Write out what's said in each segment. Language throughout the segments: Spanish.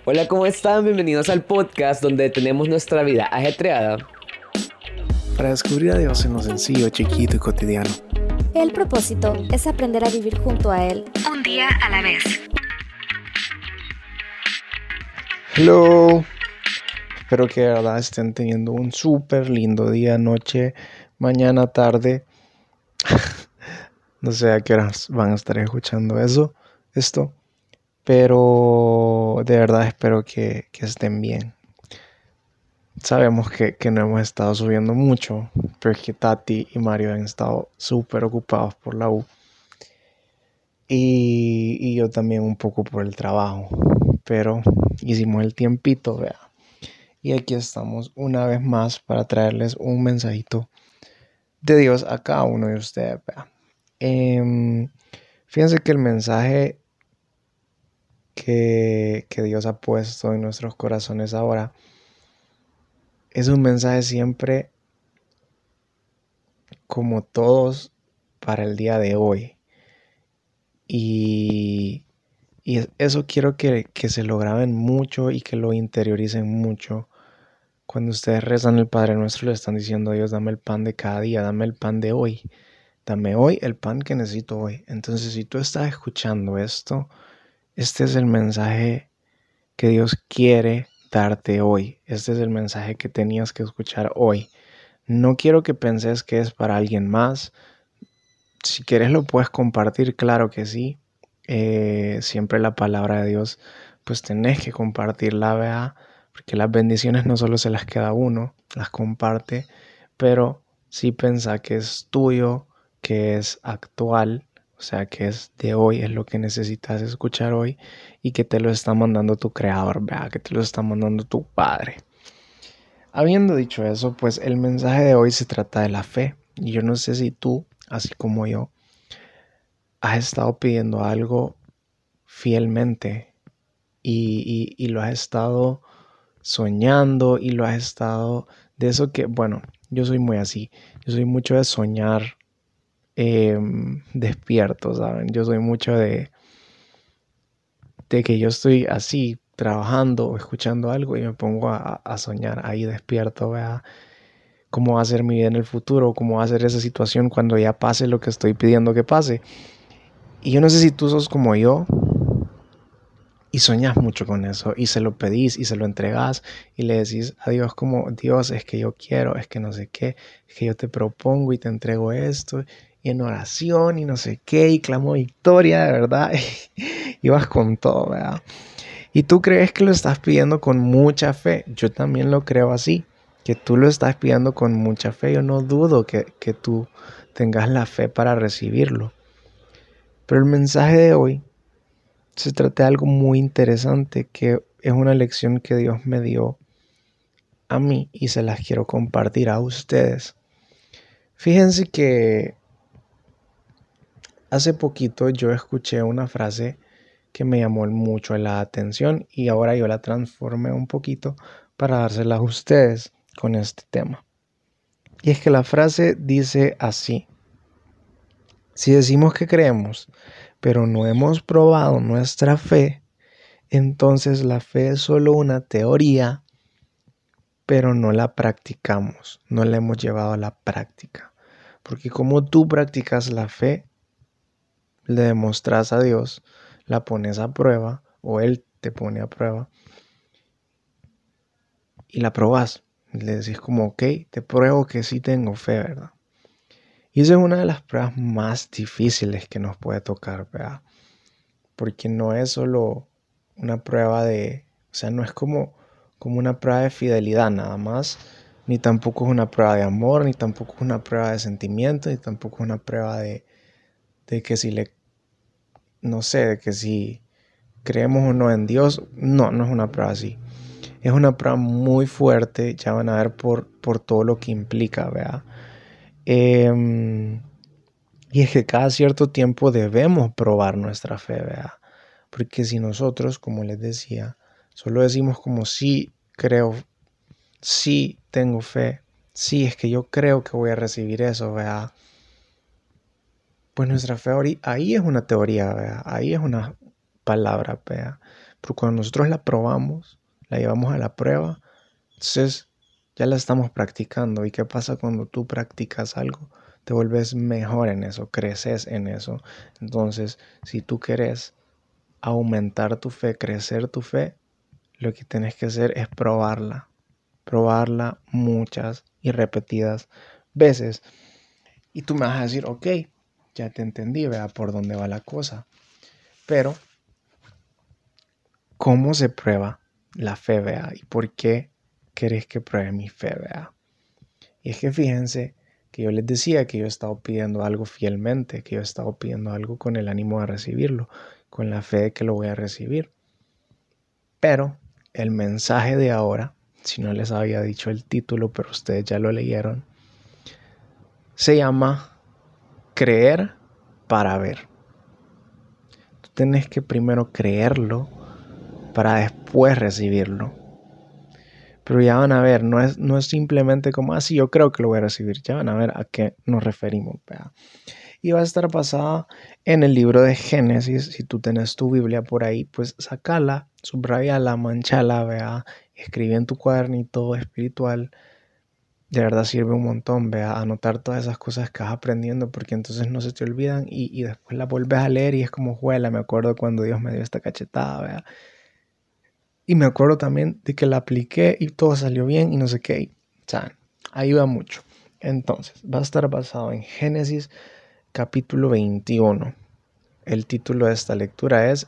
Hola, ¿cómo están? Bienvenidos al podcast donde tenemos nuestra vida ajetreada. Para descubrir a Dios en lo sencillo, chiquito y cotidiano. El propósito es aprender a vivir junto a Él, un día a la vez. Hello. Espero que de verdad estén teniendo un súper lindo día, noche, mañana, tarde. No sé a qué horas van a estar escuchando esto. Pero de verdad espero que estén bien. Sabemos que no hemos estado subiendo mucho, pero es que Tati y Mario han estado súper ocupados por la U. Y yo también un poco por el trabajo. Pero hicimos el tiempito, vea. Y aquí estamos una vez más para traerles un mensajito de Dios a cada uno de ustedes, vea. Fíjense que el mensaje que Dios ha puesto en nuestros corazones ahora es un mensaje siempre como todos para el día de hoy. Y eso quiero que se lo graben mucho y que lo interioricen mucho. Cuando ustedes rezan el Padre Nuestro, le están diciendo a Dios, dame el pan de cada día, dame el pan de hoy. Dame hoy el pan que necesito hoy. Entonces, si tú estás escuchando esto, este es el mensaje que Dios quiere darte hoy. Este es el mensaje que tenías que escuchar hoy. No quiero que penses que es para alguien más. Si quieres lo puedes compartir, claro que sí. Siempre la palabra de Dios, pues tenés que compartirla, ¿verdad? Porque las bendiciones no solo se las queda uno, las comparte, pero sí pensá que es tuyo, que es actual, o sea, que es de hoy, es lo que necesitas escuchar hoy y que te lo está mandando tu creador, ¿verdad? Que te lo está mandando tu Padre. Habiendo dicho eso, pues el mensaje de hoy se trata de la fe. Y yo no sé si tú, así como yo, has estado pidiendo algo fielmente y lo has estado soñando y lo has estado de eso que, bueno, yo soy muy así, yo soy mucho de soñar despierto, ¿saben? Yo soy mucho de que yo estoy así trabajando o escuchando algo y me pongo a soñar ahí despierto, ¿verdad? Cómo va a ser mi vida en el futuro, cómo va a ser esa situación cuando ya pase lo que estoy pidiendo que pase. Y yo no sé si tú sos como yo y soñas mucho con eso y se lo pedís y se lo entregás y le decís a Dios como, Dios, es que yo quiero, es que no sé qué, es que yo te propongo y te entrego esto y en oración y no sé qué y clamo victoria, de verdad. Y vas con todo, ¿verdad? Y tú crees que lo estás pidiendo con mucha fe. Yo también lo creo así, que tú lo estás pidiendo con mucha fe. Yo no dudo que tú tengas la fe para recibirlo. Pero el mensaje de hoy se trata de algo muy interesante, que es una lección que Dios me dio a mí y se las quiero compartir a ustedes. Fíjense que hace poquito yo escuché una frase que me llamó mucho la atención y ahora yo la transformé un poquito para dárselas a ustedes con este tema. Y es que la frase dice así: si decimos que creemos, pero no hemos probado nuestra fe, entonces la fe es solo una teoría, pero no la practicamos, no la hemos llevado a la práctica. Porque como tú practicas la fe, le demostras a Dios, la pones a prueba, o Él te pone a prueba, y la probás. Le decís como, ok, te pruebo que sí tengo fe, ¿verdad? Y esa es una de las pruebas más difíciles que nos puede tocar, ¿verdad? Porque no es solo una prueba o sea, no es como una prueba de fidelidad nada más, ni tampoco es una prueba de amor, ni tampoco es una prueba de sentimiento, ni tampoco es una prueba de que no sé, de que si creemos o no en Dios. No, no es una prueba así. Es una prueba muy fuerte, ya van a ver por todo lo que implica, ¿verdad? Y es que cada cierto tiempo debemos probar nuestra fe, ¿verdad? Porque si nosotros, como les decía, solo decimos como sí creo, sí tengo fe, sí es que yo creo que voy a recibir eso, ¿verdad? Pues nuestra fe ahí es una teoría, ¿verdad? Ahí es una palabra, ¿verdad? Pero cuando nosotros la probamos, la llevamos a la prueba, entonces ya la estamos practicando. ¿Y qué pasa cuando tú practicas algo? Te vuelves mejor en eso, creces en eso. Entonces, si tú quieres aumentar tu fe, crecer tu fe, lo que tienes que hacer es probarla. Probarla muchas y repetidas veces. Y tú me vas a decir, ok, ya te entendí, vea por dónde va la cosa. Pero, ¿cómo se prueba la fe, vea? ¿Y por qué querés que pruebe mi fe, vea? Y es que fíjense que yo les decía que yo he estado pidiendo algo fielmente, que yo he estado pidiendo algo con el ánimo de recibirlo, con la fe de que lo voy a recibir. Pero el mensaje de ahora, si no les había dicho el título, pero ustedes ya lo leyeron, se llama Creer para ver. Tú tienes que primero creerlo para después recibirlo. Pero ya van a ver, no es simplemente como, sí, yo creo que lo voy a recibir. Ya van a ver a qué nos referimos, ¿verdad? Y va a estar basada en el libro de Génesis. Si tú tenés tu Biblia por ahí, pues sacala, subrayala, manchala, ¿verdad? Escribe en tu cuadernito espiritual. De verdad sirve un montón, vea, anotar todas esas cosas que vas aprendiendo, porque entonces no se te olvidan y después las vuelves a leer y es como, juela, me acuerdo cuando Dios me dio esta cachetada, vea. Y me acuerdo también de que la apliqué y todo salió bien y no sé qué. O sea, ayuda mucho. Entonces, va a estar basado en Génesis capítulo 21. El título de esta lectura es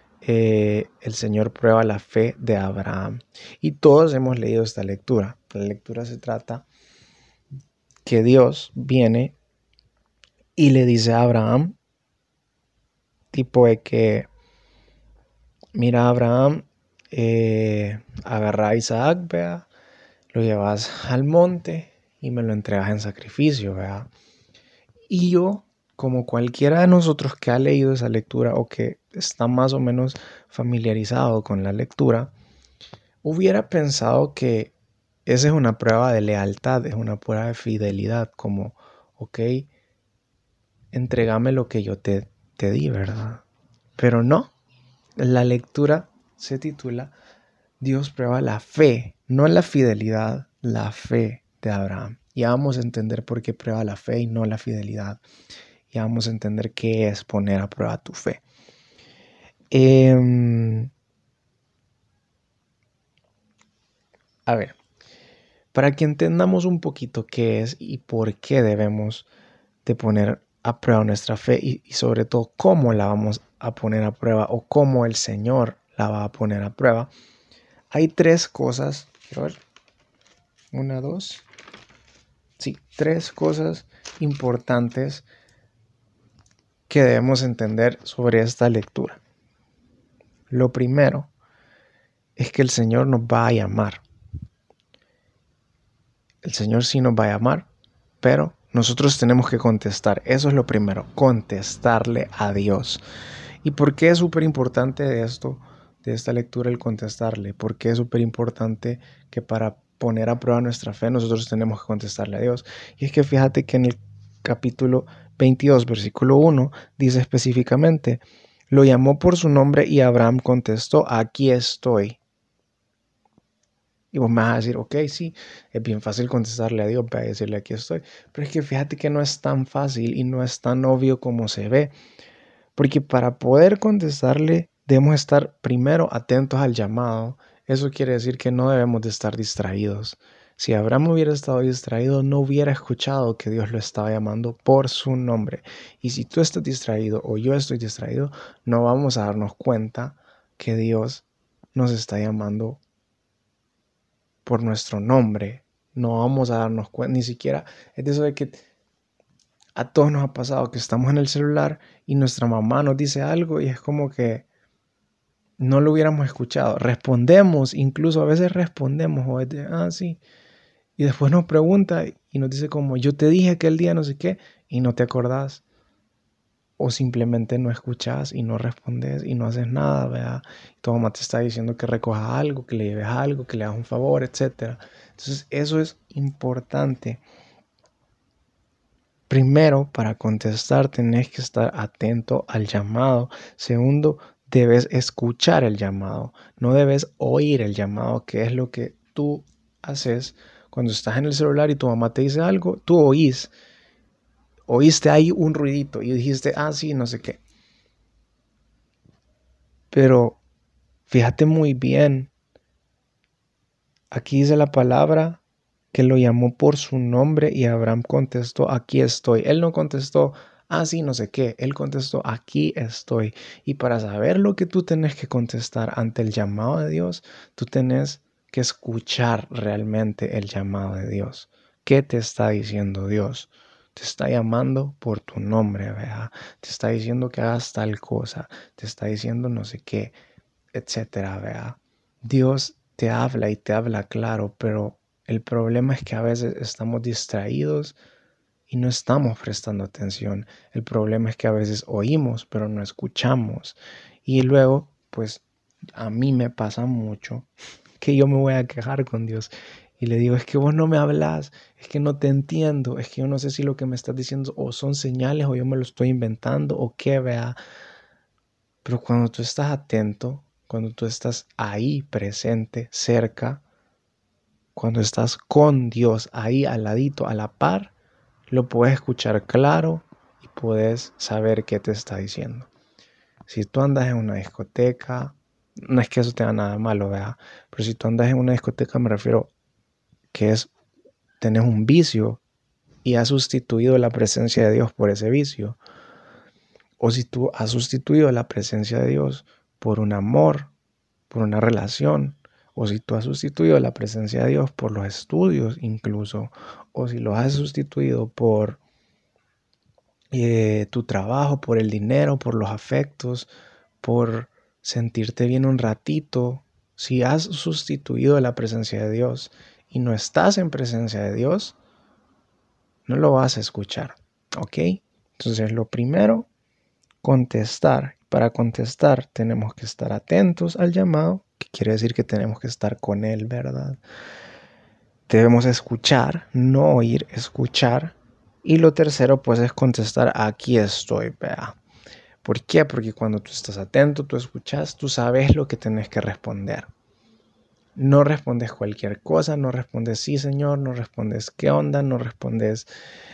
El Señor prueba la fe de Abraham. Y todos hemos leído esta lectura. La lectura se trata que Dios viene y le dice a Abraham, tipo de que, mira Abraham, agarra a Isaac, vea, lo llevas al monte y me lo entregas en sacrificio, vea. Y yo, como cualquiera de nosotros que ha leído esa lectura o que está más o menos familiarizado con la lectura, hubiera pensado que esa es una prueba de lealtad, es una prueba de fidelidad, como, ok, entrégame lo que yo te di, ¿verdad? Pero no, la lectura se titula Dios prueba la fe, no la fidelidad, la fe de Abraham. Ya vamos a entender por qué prueba la fe y no la fidelidad. Ya vamos a entender qué es poner a prueba tu fe. A ver, para que entendamos un poquito qué es y por qué debemos de poner a prueba nuestra fe y sobre todo cómo la vamos a poner a prueba o cómo el Señor la va a poner a prueba. Hay tres cosas, quiero ver, 1, 2, sí, 3 cosas importantes que debemos entender sobre esta lectura. Lo primero es que el Señor nos va a llamar. El Señor sí nos va a llamar, pero nosotros tenemos que contestar. Eso es lo primero, contestarle a Dios. ¿Y por qué es súper importante de esta lectura, el contestarle? ¿Por qué es súper importante que para poner a prueba nuestra fe nosotros tenemos que contestarle a Dios? Y es que fíjate que en el capítulo 22, versículo 1, dice específicamente, lo llamó por su nombre y Abraham contestó, aquí estoy. Y vos me vas a decir, ok, sí, es bien fácil contestarle a Dios, para decirle aquí estoy. Pero es que fíjate que no es tan fácil y no es tan obvio como se ve. Porque para poder contestarle debemos estar primero atentos al llamado. Eso quiere decir que no debemos de estar distraídos. Si Abraham hubiera estado distraído, no hubiera escuchado que Dios lo estaba llamando por su nombre. Y si tú estás distraído o yo estoy distraído, no vamos a darnos cuenta que Dios nos está llamando por nuestro nombre. No vamos a darnos cuenta, ni siquiera es de eso de que a todos nos ha pasado que estamos en el celular y nuestra mamá nos dice algo y es como que no lo hubiéramos escuchado. Respondemos, incluso a veces respondemos, o es de, sí. Y después nos pregunta y nos dice como, yo te dije aquel día no sé qué, y no te acordás. O simplemente no escuchas y no respondes y no haces nada, ¿verdad? Tu mamá te está diciendo que recojas algo, que le lleves algo, que le hagas un favor, etc. Entonces eso es importante. Primero, para contestar tenés que estar atento al llamado. Segundo, debes escuchar el llamado, no debes oír el llamado, que es lo que tú haces cuando estás en el celular y tu mamá te dice algo, tú oíste ahí un ruidito y dijiste, sí, no sé qué. Pero fíjate muy bien, aquí dice la palabra que lo llamó por su nombre y Abraham contestó, aquí estoy. Él no contestó, sí, no sé qué. Él contestó, aquí estoy. Y para saber lo que tú tenés que contestar ante el llamado de Dios, tú tenés que escuchar realmente el llamado de Dios. ¿Qué te está diciendo Dios? Te está llamando por tu nombre, ¿verdad? Te está diciendo que hagas tal cosa. Te está diciendo no sé qué, etcétera, ¿verdad? Dios te habla y te habla claro, pero el problema es que a veces estamos distraídos y no estamos prestando atención. El problema es que a veces oímos, pero no escuchamos. Y luego, pues a mí me pasa mucho que yo me voy a quejar con Dios y le digo, es que vos no me hablas, es que no te entiendo, es que yo no sé si lo que me estás diciendo o son señales o yo me lo estoy inventando o qué, vea. Pero cuando tú estás atento, cuando tú estás ahí presente, cerca, cuando estás con Dios ahí al ladito, a la par, lo puedes escuchar claro y puedes saber qué te está diciendo. Si tú andas en una discoteca, no es que eso tenga nada malo, ¿verdad? Pero si tú andas en una discoteca, me refiero que tenés un vicio y has sustituido la presencia de Dios por ese vicio. O si tú has sustituido la presencia de Dios por un amor, por una relación, o si tú has sustituido la presencia de Dios por los estudios incluso, o si lo has sustituido por tu trabajo, por el dinero, por los afectos, por sentirte bien un ratito, si has sustituido la presencia de Dios y no estás en presencia de Dios, no lo vas a escuchar, ¿ok? Entonces lo primero, contestar. Para contestar tenemos que estar atentos al llamado, que quiere decir que tenemos que estar con él, ¿verdad? Debemos escuchar, no oír, escuchar. Y lo tercero, pues, es contestar, aquí estoy, vea. ¿Por qué? Porque cuando tú estás atento, tú escuchas, tú sabes lo que tenés que responder. No respondes cualquier cosa, no respondes sí, señor, no respondes qué onda, no respondes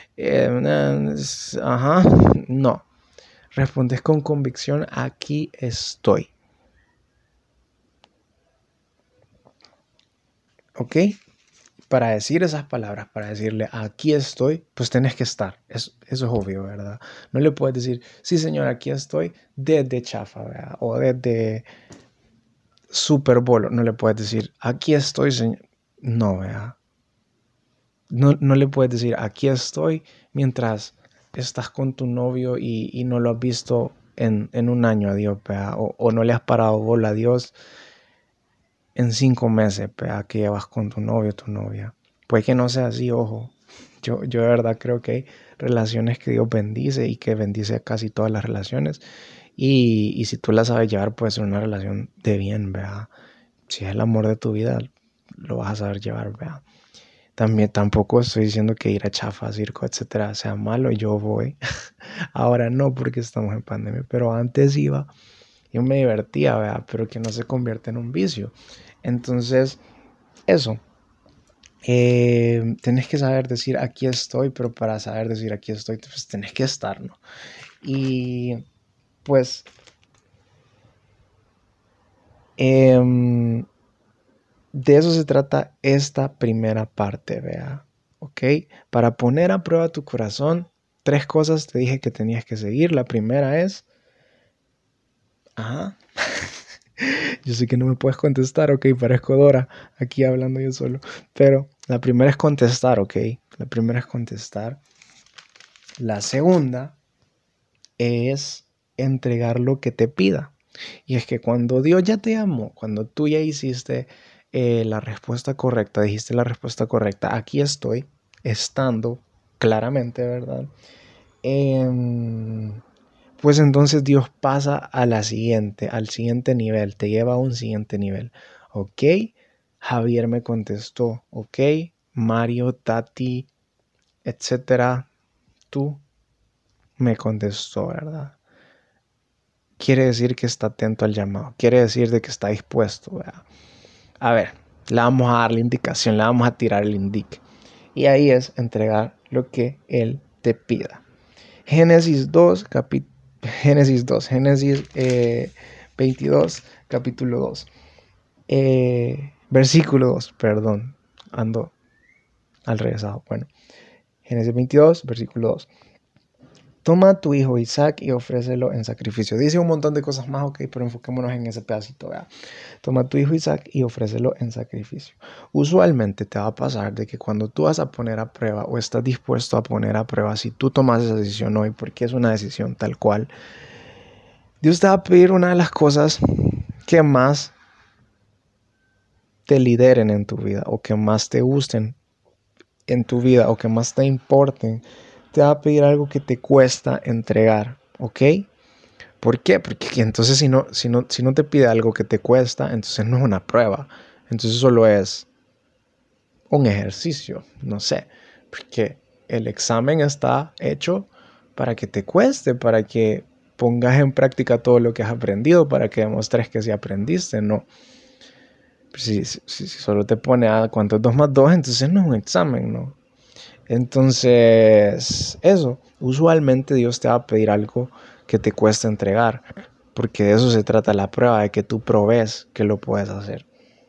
ajá, no. Respondes con convicción, aquí estoy. ¿Ok? Para decir esas palabras, para decirle aquí estoy, pues tenés que estar. Eso es obvio, ¿verdad? No le puedes decir, sí, señor, aquí estoy desde chafa, ¿verdad? O desde Super Bowl. No le puedes decir, aquí estoy, señor. No, ¿verdad? No le puedes decir, aquí estoy mientras estás con tu novio y no lo has visto en un año a Dios, ¿verdad? O no le has parado bola a Dios en 5 meses, ¿verdad? Que llevas con tu novio o tu novia. Puede que no sea así, ojo. Yo de verdad creo que hay relaciones que Dios bendice y que bendice a casi todas las relaciones. Y si tú las sabes llevar, puede ser una relación de bien, ¿verdad? Si es el amor de tu vida, lo vas a saber llevar, ¿verdad? También tampoco estoy diciendo que ir a chafa, circo, etcétera, sea malo. Yo voy. Ahora no, porque estamos en pandemia, pero antes iba. Yo me divertía, ¿verdad? Pero que no se convierta en un vicio. Entonces, eso. Tenés que saber decir aquí estoy, pero para saber decir aquí estoy, pues tenés que estar, ¿no? Y pues de eso se trata esta primera parte, vea, ¿ok? Para poner a prueba tu corazón, 3 cosas te dije que tenías que seguir. La primera es, ajá, yo sé que no me puedes contestar, ok, parezco Dora aquí hablando yo solo, pero la primera es contestar, ok, la primera es contestar. La segunda es entregar lo que te pida. Y es que cuando Dios ya te llamó, cuando tú ya hiciste la respuesta correcta, dijiste la respuesta correcta, aquí estoy, estando claramente, ¿verdad? Pues entonces Dios pasa a al siguiente nivel, te lleva a un siguiente nivel. Ok, Javier me contestó, ok, Mario, Tati, etcétera, tú me contestó, ¿verdad? quiere decir que está atento al llamado. Quiere decir de que está dispuesto, ¿verdad? A ver, le vamos a dar la indicación, le vamos a tirar el indique. Y ahí es entregar lo que Él te pida. Génesis 22, capítulo 2. Versículo 2, perdón, ando al revésado. Bueno, Génesis 22, versículo 2. Toma a tu hijo Isaac y ofrécelo en sacrificio. Dice un montón de cosas más, ok, pero enfoquémonos en ese pedacito, ¿verdad? Toma a tu hijo Isaac y ofrécelo en sacrificio. Usualmente te va a pasar de que cuando tú vas a poner a prueba o estás dispuesto a poner a prueba, si tú tomas esa decisión hoy, porque es una decisión tal cual, Dios te va a pedir una de las cosas que más te lideren en tu vida o que más te gusten en tu vida o que más te importen. Te va a pedir algo que te cuesta entregar, ¿ok? ¿Por qué? Porque entonces si no te pide algo que te cuesta, entonces no es una prueba. Entonces solo es un ejercicio, no sé. Porque el examen está hecho para que te cueste, para que pongas en práctica todo lo que has aprendido, para que demuestres que sí aprendiste, ¿no? Si solo te pone a cuánto es 2 más 2, entonces no es un examen, ¿no? Entonces, eso, usualmente Dios te va a pedir algo que te cuesta entregar, porque de eso se trata la prueba, de que tú provees que lo puedes hacer.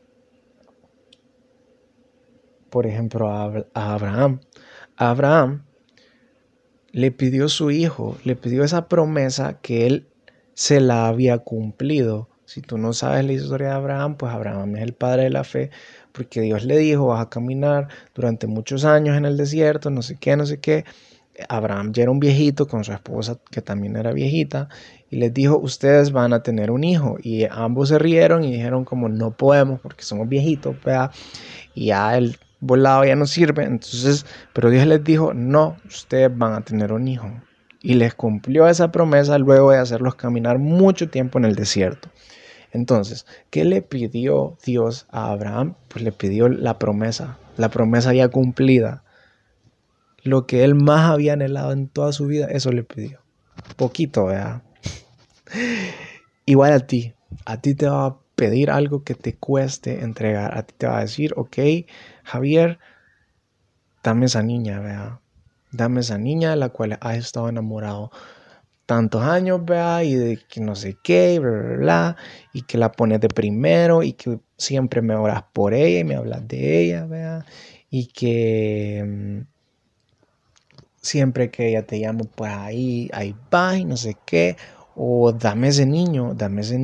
Por ejemplo, a Abraham. A Abraham le pidió su hijo, le pidió esa promesa que él se la había cumplido. Si tú no sabes la historia de Abraham, pues Abraham es el padre de la fe, porque Dios le dijo, vas a caminar durante muchos años en el desierto, no sé qué, no sé qué. Abraham ya era un viejito con su esposa, que también era viejita, y les dijo, ustedes van a tener un hijo. Y ambos se rieron y dijeron como, no podemos porque somos viejitos, ¿verdad? Y ya el volado ya no sirve. Entonces, pero Dios les dijo, no, ustedes van a tener un hijo. Y les cumplió esa promesa luego de hacerlos caminar mucho tiempo en el desierto. Entonces, ¿qué le pidió Dios a Abraham? Pues le pidió la promesa ya cumplida. Lo que él más había anhelado en toda su vida, eso le pidió. Poquito, ¿verdad? Igual a ti te va a pedir algo que te cueste entregar. A ti te va a decir, ok, Javier, dame esa niña, ¿verdad? Dame esa niña de la cual has estado enamorado tantos años, ¿verdad? Y de que no sé qué, bla, bla, bla, y que la pones de primero y que siempre me oras por ella y me hablas de ella, ¿verdad? Y que siempre que ella te llama, pues ahí va y no sé qué. O dame ese niño,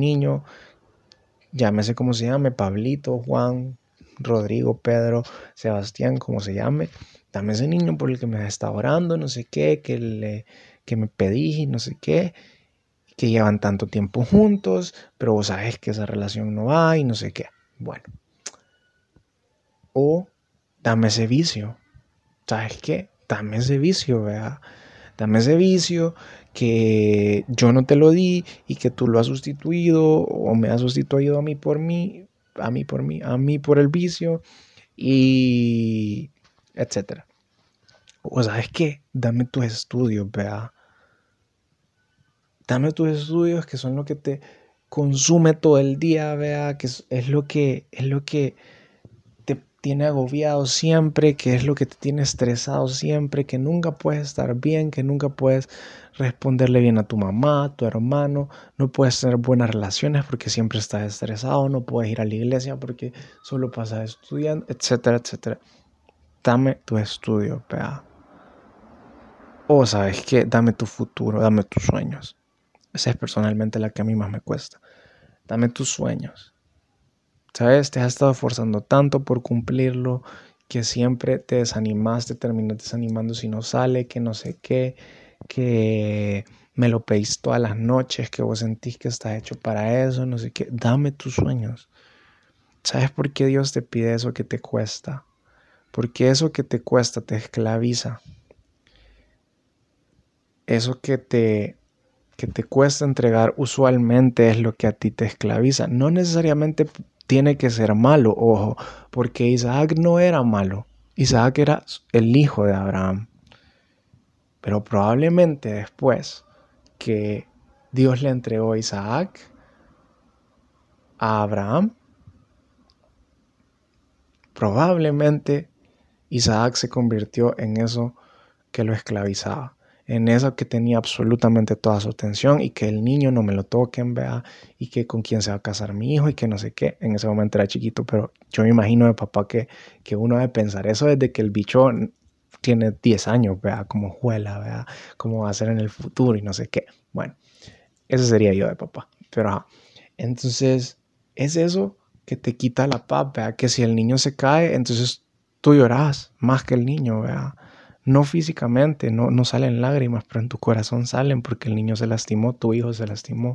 llámese como se llame, Pablito, Juan, Rodrigo, Pedro, Sebastián, como se llame. Dame ese niño por el que me está orando, no sé qué, que me pedí, no sé qué, que llevan tanto tiempo juntos, pero vos sabes que esa relación no va y no sé qué. Bueno. O dame ese vicio. ¿Sabes qué? Dame ese vicio, ¿verdad? Dame ese vicio que yo no te lo di y que tú lo has sustituido o me has sustituido a mí por el vicio y etcétera. O ¿sabes qué? Dame tus estudios, ¿verdad? Dame tus estudios que son lo que te consume todo el día, ¿verdad? Que es lo que te tiene agobiado siempre, que es lo que te tiene estresado siempre, que nunca puedes estar bien, que nunca puedes responderle bien a tu mamá, a tu hermano, no puedes tener buenas relaciones porque siempre estás estresado, no puedes ir a la iglesia porque solo pasas estudiando, etcétera, etcétera. Dame tu estudio, ¿verdad? O ¿sabes qué? Dame tu futuro, dame tus sueños. Esa es personalmente la que a mí más me cuesta. Dame tus sueños. ¿Sabes? Te has estado esforzando tanto por cumplirlo que siempre te desanimas, te terminas desanimando si no sale, que no sé qué, que me lo pedís todas las noches, que vos sentís que estás hecho para eso, no sé qué. Dame tus sueños. ¿Sabes por qué Dios te pide eso que te cuesta? Porque eso que te cuesta te esclaviza. Eso que te cuesta entregar usualmente es lo que a ti te esclaviza. No necesariamente tiene que ser malo, ojo, porque Isaac no era malo. Isaac era el hijo de Abraham. Pero probablemente después que Dios le entregó a Isaac, a Abraham. Probablemente Isaac se convirtió en eso que lo esclavizaba, en eso que tenía absolutamente toda su atención y que el niño no me lo toquen, vea, y que con quién se va a casar mi hijo y que no sé qué. En ese momento era chiquito, pero yo me imagino de papá que uno debe pensar eso desde que el bicho tiene 10 años, vea, como juela, vea, cómo va a ser en el futuro y no sé qué. Bueno, ese sería yo de papá. Pero entonces es eso que te quita la paz, vea, que si el niño se cae, entonces tú lloras más que el niño, vea. No físicamente, no salen lágrimas, pero en tu corazón salen porque el niño se lastimó, tu hijo se lastimó.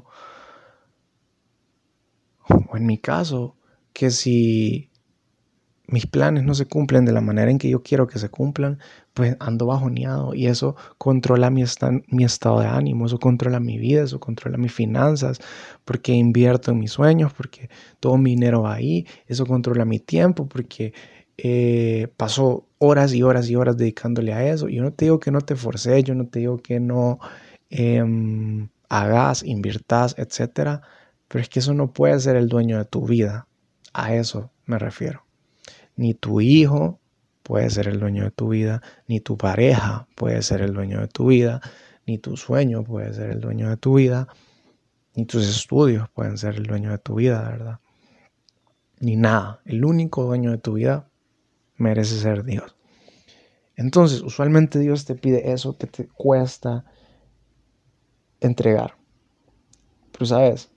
O en mi caso, que si mis planes no se cumplen de la manera en que yo quiero que se cumplan, pues ando bajoneado y eso controla mi estado de ánimo, eso controla mi vida, eso controla mis finanzas, porque invierto en mis sueños, porque todo mi dinero va ahí, eso controla mi tiempo, porque paso horas y horas y horas dedicándole a eso. Yo no te digo que no te forces, yo no te digo que no hagas, inviertas, etcétera, pero es que eso no puede ser el dueño de tu vida. A eso me refiero. Ni tu hijo puede ser el dueño de tu vida, ni tu pareja puede ser el dueño de tu vida, ni tu sueño puede ser el dueño de tu vida, ni tus estudios pueden ser el dueño de tu vida, ¿verdad? Ni nada. El único dueño de tu vida merece ser Dios. Entonces, usualmente Dios te pide eso que te cuesta entregar. Pero, ¿sabes?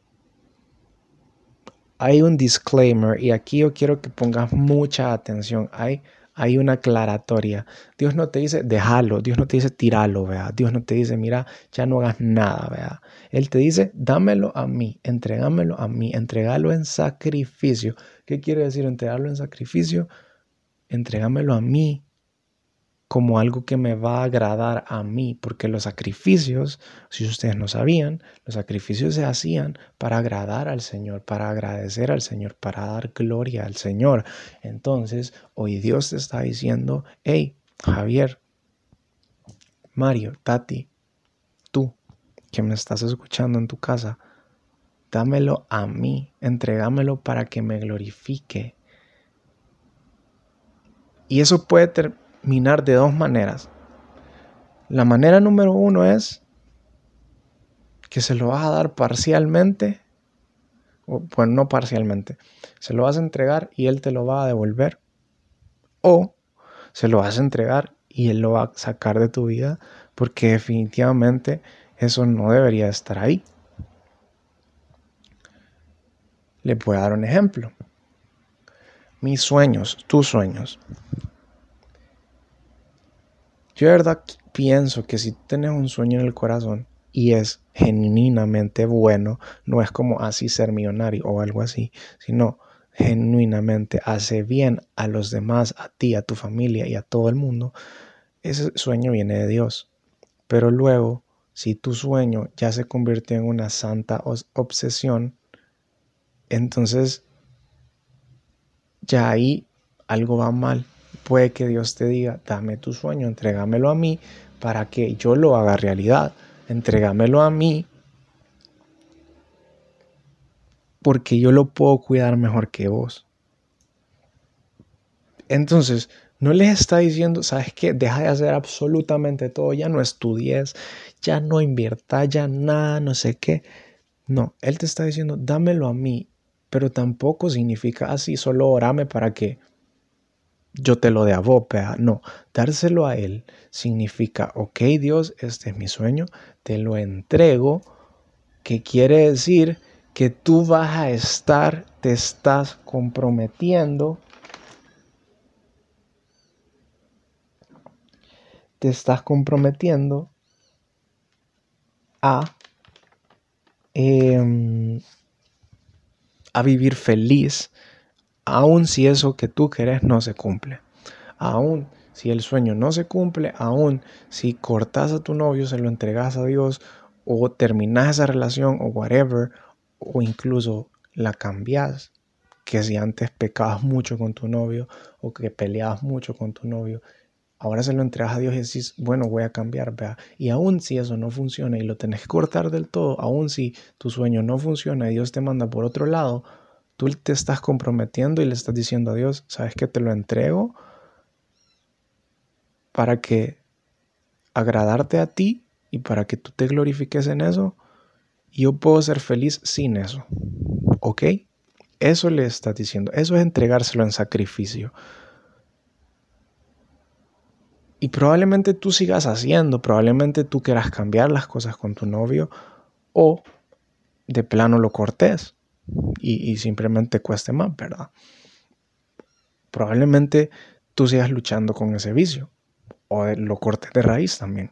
Hay un disclaimer y aquí yo quiero que pongas mucha atención. Hay una aclaratoria. Dios no te dice déjalo, Dios no te dice tíralo, vea. Dios no te dice mira, ya no hagas nada, vea. Él te dice dámelo a mí, entregalo en sacrificio. ¿Qué quiere decir entregarlo en sacrificio? Entrégamelo a mí como algo que me va a agradar a mí, porque los sacrificios, si ustedes no sabían, los sacrificios se hacían para agradar al Señor, para agradecer al Señor, para dar gloria al Señor. Entonces, hoy Dios te está diciendo, hey, Javier, Mario, Tati, tú que me estás escuchando en tu casa, dámelo a mí, entrégamelo para que me glorifique. Y eso puede terminar de dos maneras. La manera número uno es que se lo vas a dar parcialmente, o bueno, no parcialmente, se lo vas a entregar y él te lo va a devolver, o se lo vas a entregar y él lo va a sacar de tu vida, porque definitivamente eso no debería estar ahí. Le voy a dar un ejemplo. Mis sueños, tus sueños. Yo de verdad pienso que si tienes un sueño en el corazón y es genuinamente bueno, no es como así ser millonario o algo así, sino genuinamente hace bien a los demás, a ti, a tu familia y a todo el mundo, ese sueño viene de Dios. Pero luego, si tu sueño ya se convirtió en una santa obsesión, entonces ya ahí algo va mal. Puede que Dios te diga, dame tu sueño, entrégamelo a mí para que yo lo haga realidad. Entrégamelo a mí porque yo lo puedo cuidar mejor que vos. Entonces, no les está diciendo, ¿sabes qué? Deja de hacer absolutamente todo, ya no estudies, ya no inviertas, ya nada, no sé qué. No, Él te está diciendo, dámelo a mí, pero tampoco significa así, solo orame para que yo te lo dé a vos, ¿verdad? No, dárselo a Él significa, ok Dios, este es mi sueño, te lo entrego, que quiere decir que tú vas a estar, te estás comprometiendo, a vivir feliz, aun si eso que tú querés no se cumple. Aún si el sueño no se cumple, aún si cortas a tu novio, se lo entregas a Dios o terminas esa relación o whatever, o incluso la cambias, que si antes pecabas mucho con tu novio o que peleabas mucho con tu novio, ahora se lo entregas a Dios y decís, bueno, voy a cambiar, vea. Y aún si eso no funciona y lo tenés que cortar del todo, aún si tu sueño no funciona y Dios te manda por otro lado, tú te estás comprometiendo y le estás diciendo a Dios, ¿sabes qué? Te lo entrego para que agradarte a ti y para que tú te glorifiques en eso. Y yo puedo ser feliz sin eso, ¿ok? Eso le estás diciendo, eso es entregárselo en sacrificio. Y probablemente tú sigas haciendo, probablemente tú quieras cambiar las cosas con tu novio o de plano lo cortes y simplemente cueste más, ¿verdad? Probablemente tú sigas luchando con ese vicio o lo cortes de raíz también.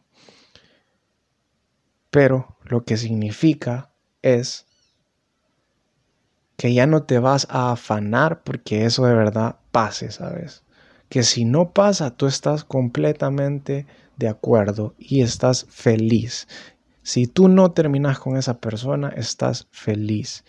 Pero lo que significa es que ya no te vas a afanar porque eso de verdad pase, ¿sabes? Que si no pasa, tú estás completamente de acuerdo y estás feliz. Si tú no terminas con esa persona, estás feliz.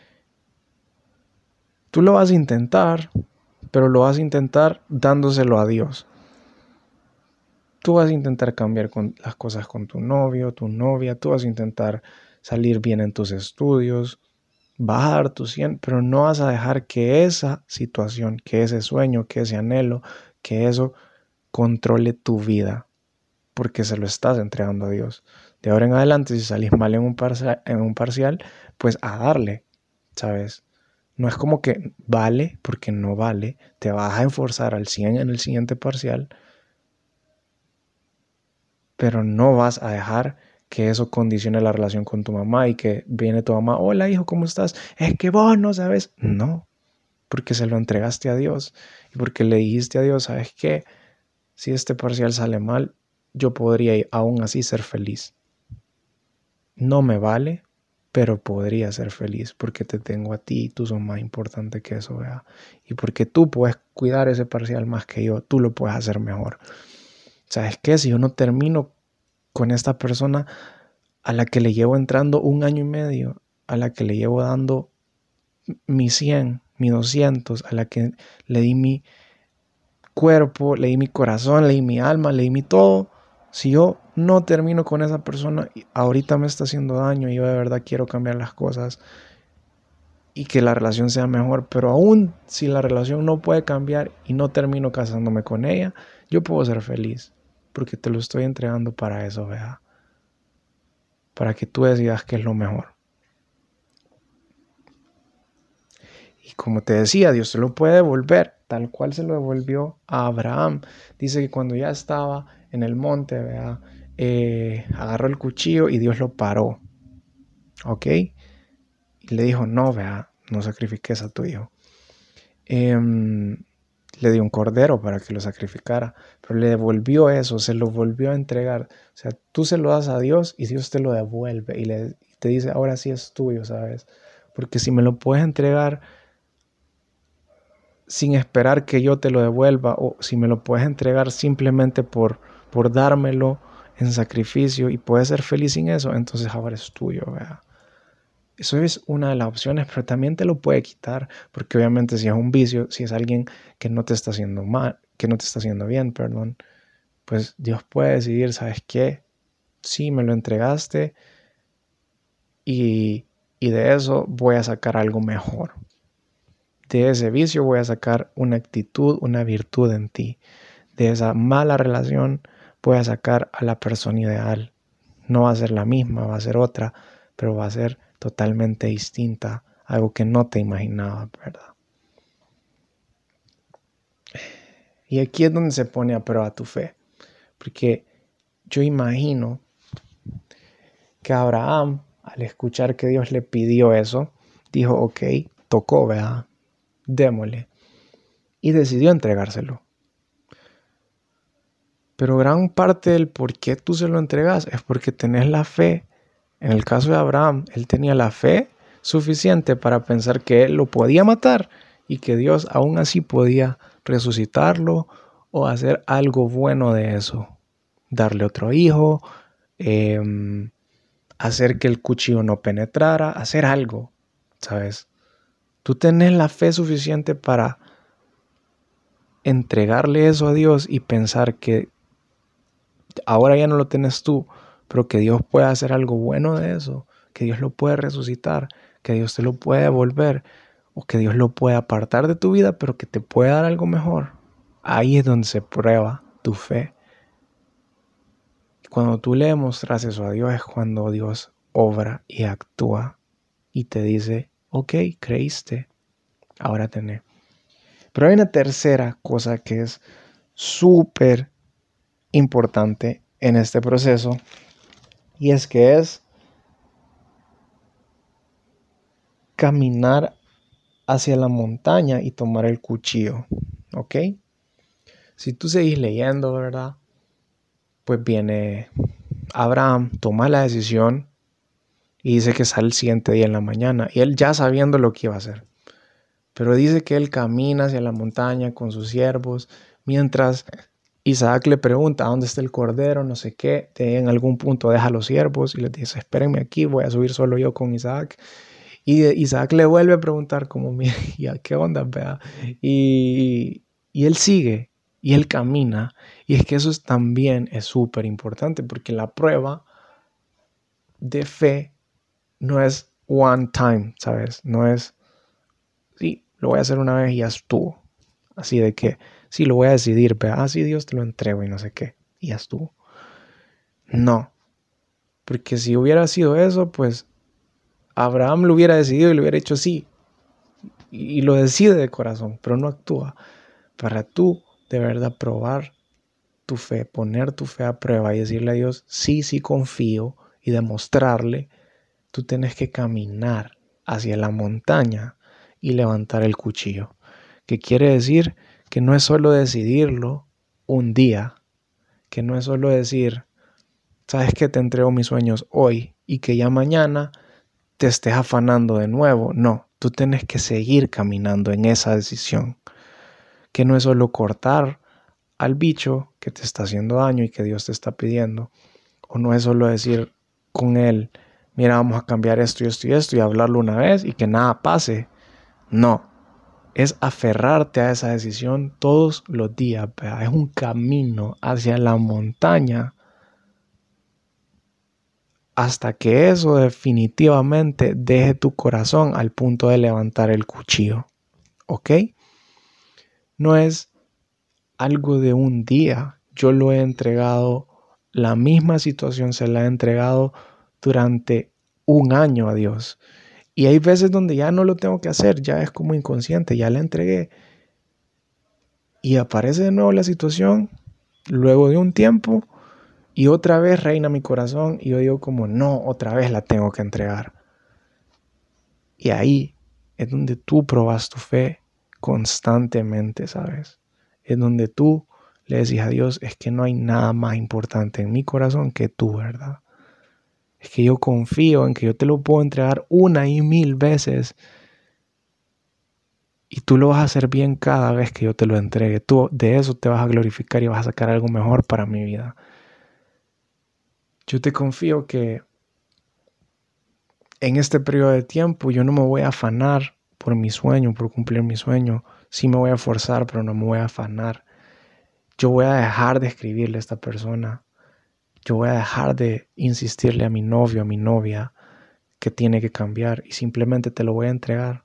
Tú lo vas a intentar, pero lo vas a intentar dándoselo a Dios. Tú vas a intentar cambiar las cosas con tu novio, tu novia, tú vas a intentar salir bien en tus estudios, vas a dar tu 100, pero no vas a dejar que esa situación, que ese sueño, que ese anhelo, que eso controle tu vida, porque se lo estás entregando a Dios. De ahora en adelante, si salís mal en un parcial, pues a darle, ¿sabes? No es como que vale, porque no vale, te vas a esforzar al 100 en el siguiente parcial, pero no vas a dejar que eso condicione la relación con tu mamá y que viene tu mamá, hola hijo, ¿cómo estás? Es que vos no sabes. No, porque se lo entregaste a Dios y porque le dijiste a Dios, ¿sabes qué? Si este parcial sale mal, yo podría aún así ser feliz. No me vale, pero podría ser feliz porque te tengo a ti y tú sos más importante que eso, ¿verdad? Y porque tú puedes cuidar ese parcial más que yo, tú lo puedes hacer mejor. ¿Sabes qué? Si yo no termino con esta persona a la que le llevo entrando 1 año y medio, a la que le llevo dando mi 100, mi 200, a la que le di mi cuerpo, le di mi corazón, le di mi alma, le di mi todo. Si yo no termino con esa persona, ahorita me está haciendo daño y yo de verdad quiero cambiar las cosas y que la relación sea mejor, pero aún si la relación no puede cambiar y no termino casándome con ella, yo puedo ser feliz porque te lo estoy entregando para eso, ¿verdad? Para que tú decidas qué es lo mejor. Y como te decía, Dios se lo puede devolver, tal cual se lo devolvió a Abraham. Dice que cuando ya estaba en el monte, ¿verdad? Agarró el cuchillo y Dios lo paró. ¿Ok? Y le dijo, no, vea, no sacrifiques a tu hijo. Le dio un cordero para que lo sacrificara, pero le devolvió eso, se lo volvió a entregar. O sea, tú se lo das a Dios y Dios te lo devuelve y te dice, ahora sí es tuyo, ¿sabes? Porque si me lo puedes entregar sin esperar que yo te lo devuelva, o si me lo puedes entregar simplemente por dármelo en sacrificio y puedes ser feliz sin eso, entonces ahora es tuyo, ¿verdad? Eso es una de las opciones, pero también te lo puede quitar, porque obviamente si es un vicio, si es alguien que no te está haciendo mal, que no te está haciendo bien, perdón, pues Dios puede decidir, ¿sabes qué? Sí, me lo entregaste y de eso voy a sacar algo mejor. De ese vicio voy a sacar una actitud, una virtud en ti. De esa mala relación voy a sacar a la persona ideal. No va a ser la misma, va a ser otra, pero va a ser totalmente distinta, algo que no te imaginabas, ¿verdad? Y aquí es donde se pone a prueba tu fe, porque yo imagino que Abraham, al escuchar que Dios le pidió eso, dijo, ok, tocó, ¿verdad? Démosle. Y decidió entregárselo. Pero gran parte del por qué tú se lo entregas es porque tenés la fe. En el caso de Abraham, él tenía la fe suficiente para pensar que él lo podía matar y que Dios aún así podía resucitarlo o hacer algo bueno de eso. Darle otro hijo, hacer que el cuchillo no penetrara, hacer algo, ¿sabes? Tú tenés la fe suficiente para entregarle eso a Dios y pensar que ahora ya no lo tienes tú, pero que Dios pueda hacer algo bueno de eso, que Dios lo puede resucitar, que Dios te lo puede devolver, o que Dios lo puede apartar de tu vida, pero que te puede dar algo mejor. Ahí es donde se prueba tu fe. Cuando tú le demostras eso a Dios es cuando Dios obra y actúa y te dice, ok, creíste, ahora tenés. Pero hay una tercera cosa que es súper importante en este proceso, y es que es caminar hacia la montaña y tomar el cuchillo, ¿ok? Si tú seguís leyendo, ¿verdad? Pues viene Abraham, toma la decisión y dice que sale el siguiente día en la mañana, y él ya sabiendo lo que iba a hacer. Pero dice que él camina hacia la montaña con sus siervos, mientras Isaac le pregunta dónde está el cordero, no sé qué. En algún punto deja a los siervos y les dice, espérenme aquí, voy a subir solo yo con Isaac. Y Isaac le vuelve a preguntar como, mira, ¿qué onda, vea? Y él sigue, y él camina. Y es que eso también es súper importante, porque la prueba de fe no es one time, ¿sabes? No es, sí, lo voy a hacer una vez y ya estuvo. Así de que, sí, lo voy a decidir, vea, sí, Dios te lo entrego y no sé qué, y ya estuvo. No, porque si hubiera sido eso, pues Abraham lo hubiera decidido y lo hubiera hecho sí, y lo decide de corazón, pero no actúa. Para tú de verdad probar tu fe, poner tu fe a prueba y decirle a Dios, sí, sí confío, y demostrarle, tú tienes que caminar hacia la montaña y levantar el cuchillo. Que quiere decir que no es solo decidirlo un día, que no es solo decir, sabes que te entrego mis sueños hoy y que ya mañana te estés afanando de nuevo. No, tú tienes que seguir caminando en esa decisión. Que no es solo cortar al bicho que te está haciendo daño y que Dios te está pidiendo. O no es solo decir con él, mira, vamos a cambiar esto y esto y esto y hablarlo una vez y que nada pase. No, es aferrarte a esa decisión todos los días. ¿Verdad? Es un camino hacia la montaña hasta que eso definitivamente deje tu corazón al punto de levantar el cuchillo. ¿Ok? No es algo de un día. Yo lo he entregado, la misma situación se la he entregado durante un año a Dios. Y hay veces donde ya no lo tengo que hacer, ya es como inconsciente, ya le entregué. Y aparece de nuevo la situación, luego de un tiempo, y otra vez reina mi corazón, y yo digo como, no, otra vez la tengo que entregar. Y ahí es donde tú probas tu fe constantemente, ¿sabes? Es donde tú le decís a Dios, es que no hay nada más importante en mi corazón que tú, ¿verdad? Es que yo confío en que yo te lo puedo entregar 1,000 veces y tú lo vas a hacer bien cada vez que yo te lo entregue. Tú de eso te vas a glorificar y vas a sacar algo mejor para mi vida. Yo te confío que en este periodo de tiempo yo no me voy a afanar por mi sueño, por cumplir mi sueño. Sí me voy a forzar, pero no me voy a afanar. Yo voy a dejar de escribirle a esta persona. Yo voy a dejar de insistirle a mi novio, a mi novia, que tiene que cambiar, y simplemente te lo voy a entregar.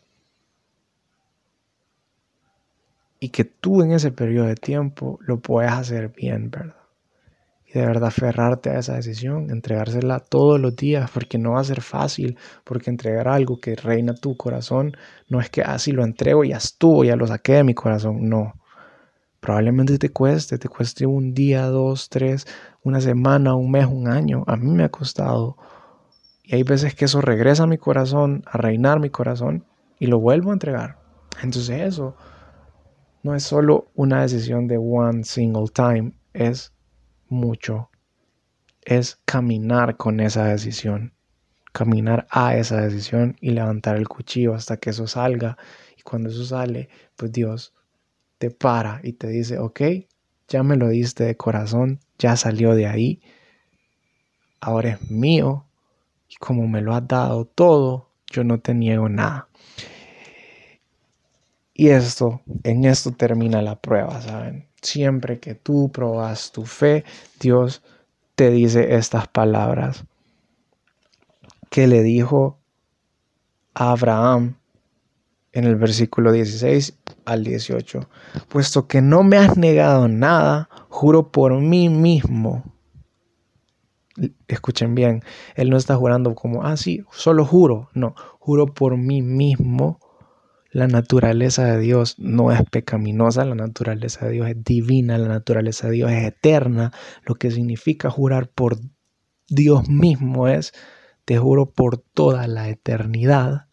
Y que tú en ese periodo de tiempo lo puedas hacer bien, ¿verdad? Y de verdad aferrarte a esa decisión, entregársela todos los días, porque no va a ser fácil, porque entregar algo que reina tu corazón no es que así lo entrego y ya estuvo, ya lo saqué de mi corazón, no. Probablemente te cueste un día, 2, 3, una semana, un mes, un año. A mí me ha costado. Y hay veces que eso regresa a mi corazón, a reinar mi corazón, y lo vuelvo a entregar. Entonces eso no es solo una decisión de one single time, es mucho. Es caminar con esa decisión, caminar a esa decisión y levantar el cuchillo hasta que eso salga. Y cuando eso sale, pues Dios te para y te dice, ok, ya me lo diste de corazón, ya salió de ahí, ahora es mío, y como me lo has dado todo, yo no te niego nada. Y en esto termina la prueba, ¿saben? siempre que tú probas tu fe, Dios te dice estas palabras que le dijo a Abraham en el versículo 16 al 18. Puesto que no me has negado nada, juro por mí mismo. Escuchen bien, él no está jurando como, sí, solo juro. No, juro por mí mismo. La naturaleza de Dios no es pecaminosa, la naturaleza de Dios es divina, la naturaleza de Dios es eterna. Lo que significa jurar por Dios mismo es, te juro por toda la eternidad,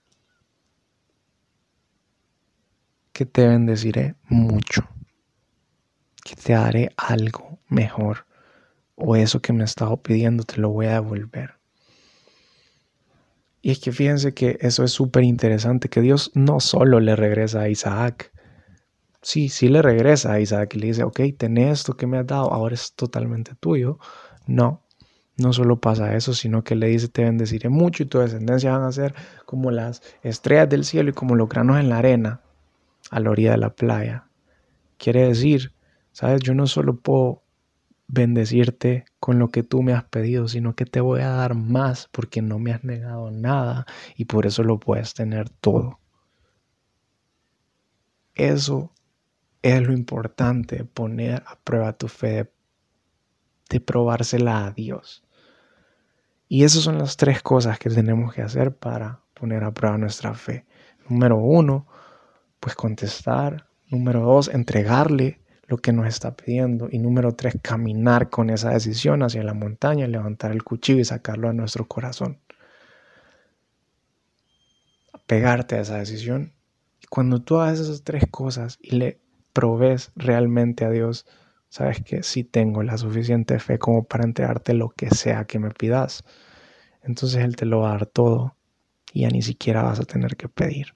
que te bendeciré mucho, que te daré algo mejor, o eso que me has estado pidiendo te lo voy a devolver. Y es que fíjense que eso es súper interesante, que Dios no solo le regresa a Isaac. Sí le regresa a Isaac y le dice, ok, ten esto que me has dado, ahora es totalmente tuyo. No solo pasa eso, sino que le dice, te bendeciré mucho y tu descendencia van a ser como las estrellas del cielo y como los granos en la arena a la orilla de la playa. Quiere decir, ¿sabes? Yo no solo puedo bendecirte con lo que tú me has pedido, sino que te voy a dar más porque no me has negado nada y por eso lo puedes tener todo. Eso es lo importante, poner a prueba tu fe, de probársela a Dios. Y esas son las 3 cosas que tenemos que hacer para poner a prueba nuestra fe. Número 1, pues contestar. Número 2, entregarle lo que nos está pidiendo. Y número 3, caminar con esa decisión hacia la montaña, levantar el cuchillo y sacarlo a nuestro corazón. Pegarte a esa decisión. Y cuando tú hagas esas 3 cosas y le provees realmente a Dios, sabes que sí tengo la suficiente fe como para entregarte lo que sea que me pidas. Entonces Él te lo va a dar todo y ya ni siquiera vas a tener que pedir.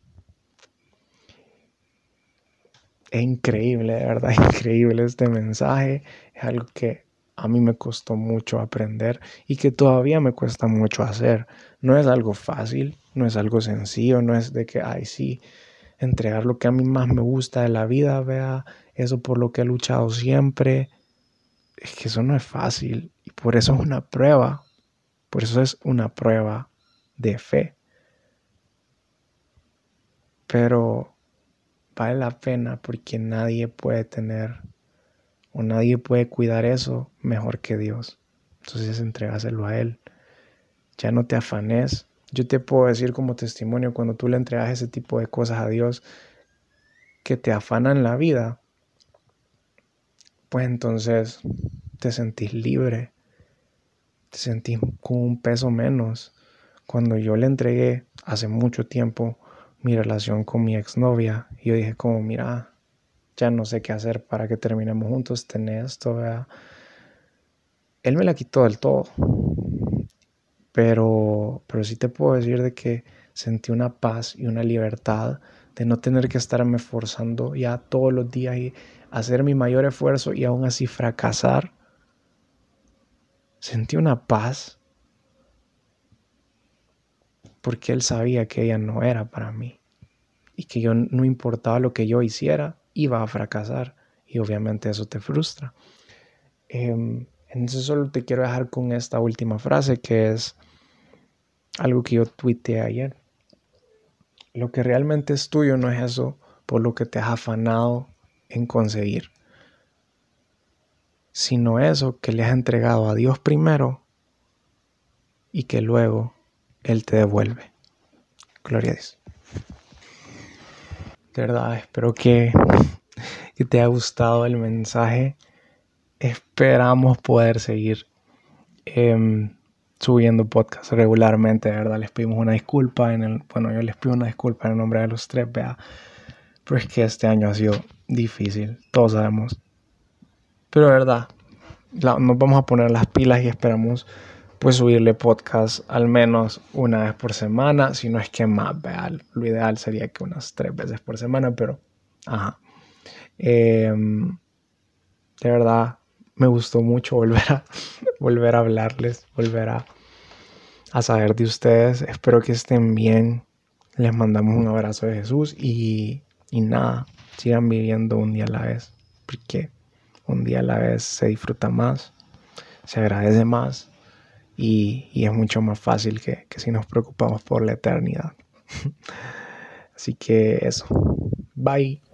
Es increíble, de verdad, increíble este mensaje. Es algo que a mí me costó mucho aprender y que todavía me cuesta mucho hacer. No es algo fácil, no es algo sencillo, no es de que, sí, entregar lo que a mí más me gusta de la vida, vea, eso por lo que he luchado siempre. Es que eso no es fácil y por eso es una prueba. Por eso es una prueba de fe. Pero vale la pena porque nadie puede tener o nadie puede cuidar eso mejor que Dios. Entonces entregáselo a Él. Ya no te afanes. Yo te puedo decir como testimonio, cuando tú le entregas ese tipo de cosas a Dios que te afanan la vida, pues entonces te sentís libre, te sentís con un peso menos. Cuando yo le entregué hace mucho tiempo mi relación con mi exnovia, yo dije como, mira, ya no sé qué hacer para que terminemos juntos, tenés esto, ¿verdad? Él me la quitó del todo, pero sí te puedo decir de que sentí una paz y una libertad de no tener que estarme forzando ya todos los días y hacer mi mayor esfuerzo y aún así fracasar. Sentí una paz porque él sabía que ella no era para mí y que yo, no importaba lo que yo hiciera, iba a fracasar y obviamente eso te frustra. Entonces solo te quiero dejar con esta última frase, que es algo que yo tuiteé ayer. Lo que realmente es tuyo no es eso por lo que te has afanado en conseguir, sino eso que le has entregado a Dios primero y que luego Él te devuelve. Gloria a Dios. De verdad, espero que te haya gustado el mensaje. Esperamos poder seguir subiendo podcast regularmente, de verdad. Les pedimos una disculpa yo les pido una disculpa en el nombre de los 3, vea. Pero es que este año ha sido difícil, todos sabemos. Pero de verdad, nos vamos a poner las pilas y esperamos pues subirle podcast al menos una vez por semana, si no es que más, vea. Lo ideal sería que unas 3 veces por semana, pero de verdad me gustó mucho volver a hablarles, volver a saber de ustedes. Espero que estén bien. Les mandamos un abrazo de Jesús y nada, sigan viviendo un día a la vez. porque un día a la vez se disfruta más, se agradece más y es mucho más fácil que si nos preocupamos por la eternidad. Así que eso. Bye.